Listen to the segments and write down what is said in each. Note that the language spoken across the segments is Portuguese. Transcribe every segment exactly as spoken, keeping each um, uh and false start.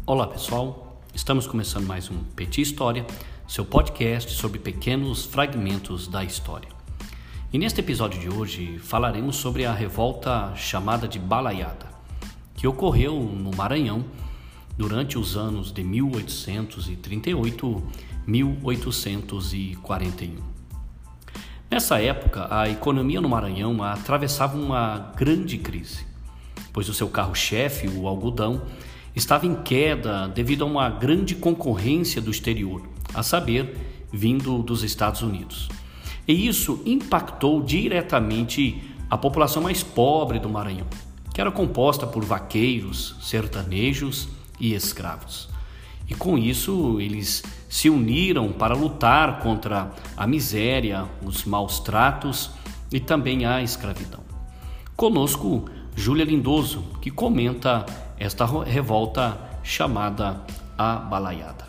Olá pessoal, estamos começando mais um Petit História, seu podcast sobre pequenos fragmentos da história. E neste episódio de hoje falaremos sobre a revolta chamada de Balaiada, que ocorreu no Maranhão durante os anos de mil oitocentos e trinta e oito a mil oitocentos e quarenta e um. Nessa época, a economia no Maranhão atravessava uma grande crise, pois o seu carro-chefe, o algodão, estava em queda devido a uma grande concorrência do exterior, a saber, vindo dos Estados Unidos. E isso impactou diretamente a população mais pobre do Maranhão, que era composta por vaqueiros, sertanejos e escravos. E com isso, eles se uniram para lutar contra a miséria, os maus tratos e também a escravidão. Conosco, Júlia Lindoso, que comenta esta revolta chamada a Balaiada.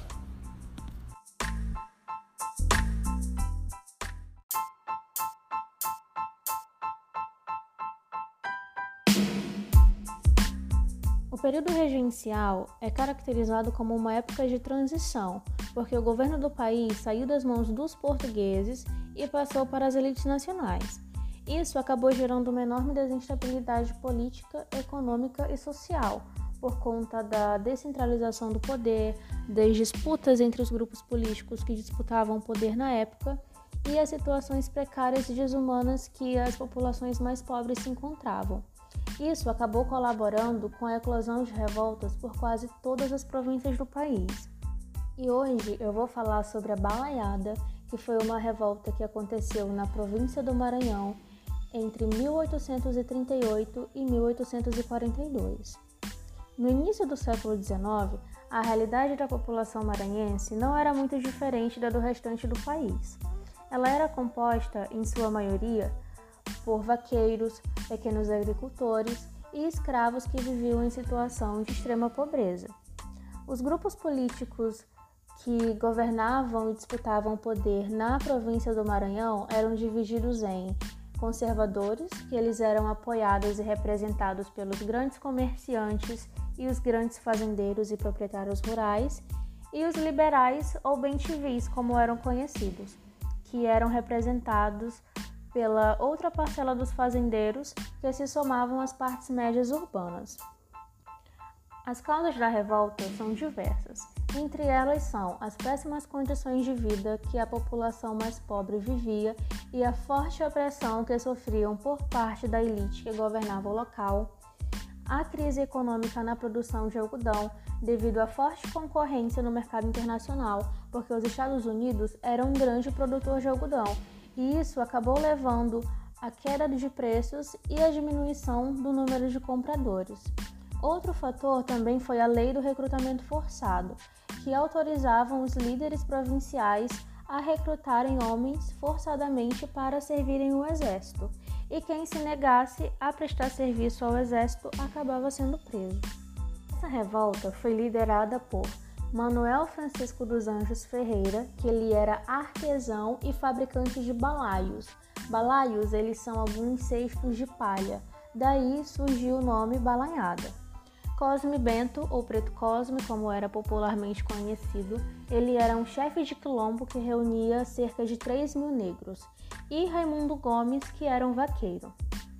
O período regencial é caracterizado como uma época de transição, porque o governo do país saiu das mãos dos portugueses e passou para as elites nacionais. Isso acabou gerando uma enorme desinstabilidade política, econômica e social, por conta da descentralização do poder, das disputas entre os grupos políticos que disputavam o poder na época e as situações precárias e desumanas que as populações mais pobres se encontravam. Isso acabou colaborando com a eclosão de revoltas por quase todas as províncias do país. E hoje eu vou falar sobre a Balaiada, que foi uma revolta que aconteceu na província do Maranhão entre mil oitocentos e trinta e oito e mil oitocentos e quarenta e dois. No início do século dezenove, a realidade da população maranhense não era muito diferente da do restante do país. Ela era composta, em sua maioria, por vaqueiros, pequenos agricultores e escravos que viviam em situação de extrema pobreza. Os grupos políticos que governavam e disputavam o poder na província do Maranhão eram divididos em conservadores, que eles eram apoiados e representados pelos grandes comerciantes e os grandes fazendeiros e proprietários rurais, e os liberais ou bem-te-vis, como eram conhecidos, que eram representados pela outra parcela dos fazendeiros que se somavam às partes médias urbanas. As causas da revolta são diversas. Entre elas são as péssimas condições de vida que a população mais pobre vivia e a forte opressão que sofriam por parte da elite que governava o local, a crise econômica na produção de algodão devido à forte concorrência no mercado internacional, porque os Estados Unidos eram um grande produtor de algodão, e isso acabou levando à queda de preços e à diminuição do número de compradores. Outro fator também foi a lei do recrutamento forçado, que autorizavam os líderes provinciais a recrutarem homens forçadamente para servirem o exército, e quem se negasse a prestar serviço ao exército acabava sendo preso. Essa revolta foi liderada por Manuel Francisco dos Anjos Ferreira, que ele era artesão e fabricante de balaios. Balaios, eles são alguns cestos de palha, daí surgiu o nome Balaiada. Cosme Bento, ou Preto Cosme, como era popularmente conhecido, ele era um chefe de quilombo que reunia cerca de três mil negros, e Raimundo Gomes, que era um vaqueiro.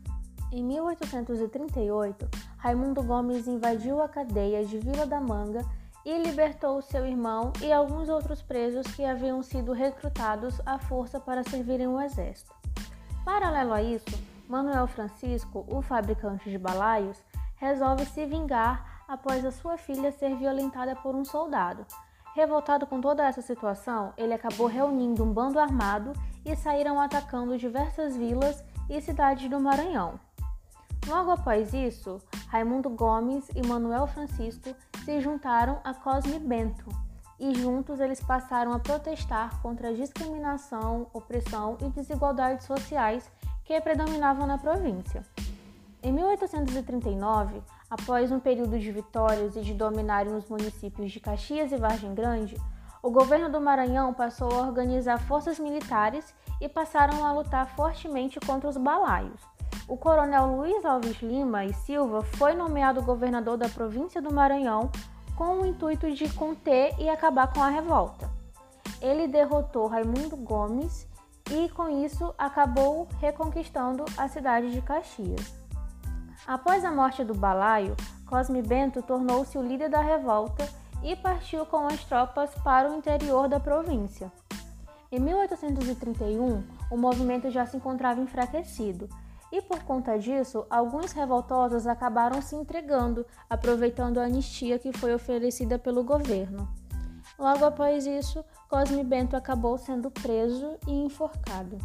Em mil oitocentos e trinta e oito, Raimundo Gomes invadiu a cadeia de Vila da Manga e libertou seu irmão e alguns outros presos que haviam sido recrutados à força para servirem o exército. Paralelo a isso, Manuel Francisco, o fabricante de balaios, resolve se vingar após a sua filha ser violentada por um soldado. Revoltado com toda essa situação, ele acabou reunindo um bando armado e saíram atacando diversas vilas e cidades do Maranhão. Logo após isso, Raimundo Gomes e Manuel Francisco se juntaram a Cosme Bento e juntos eles passaram a protestar contra a discriminação, opressão e desigualdades sociais que predominavam na província. Em mil oitocentos e trinta e nove, após um período de vitórias e de dominarem os municípios de Caxias e Vargem Grande, o governo do Maranhão passou a organizar forças militares e passaram a lutar fortemente contra os balaios. O coronel Luiz Alves Lima e Silva foi nomeado governador da província do Maranhão com o intuito de conter e acabar com a revolta. Ele derrotou Raimundo Gomes e, com isso, acabou reconquistando a cidade de Caxias. Após a morte do Balaio, Cosme Bento tornou-se o líder da revolta e partiu com as tropas para o interior da província. Em mil oitocentos e trinta e um, o movimento já se encontrava enfraquecido e, por conta disso, alguns revoltosos acabaram se entregando, aproveitando a anistia que foi oferecida pelo governo. Logo após isso, Cosme Bento acabou sendo preso e enforcado.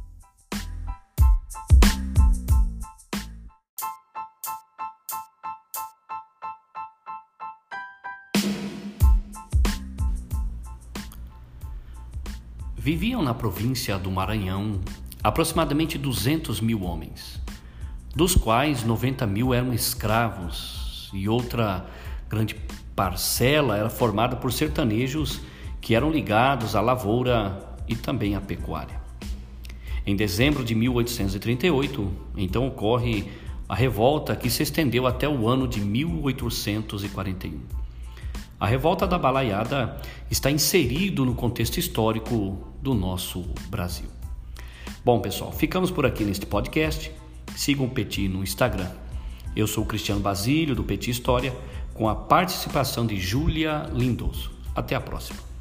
Viviam na província do Maranhão aproximadamente duzentos mil homens, dos quais noventa mil eram escravos e outra grande parcela era formada por sertanejos que eram ligados à lavoura e também à pecuária. Em dezembro de mil oitocentos e trinta e oito, então ocorre a revolta que se estendeu até o ano de mil oitocentos e quarenta e um. A revolta da Balaiada está inserido no contexto histórico do nosso Brasil. Bom, pessoal, ficamos por aqui neste podcast. Sigam o Petit no Instagram. Eu sou o Cristiano Basílio, do Petit História, com a participação de Júlia Lindoso. Até a próxima.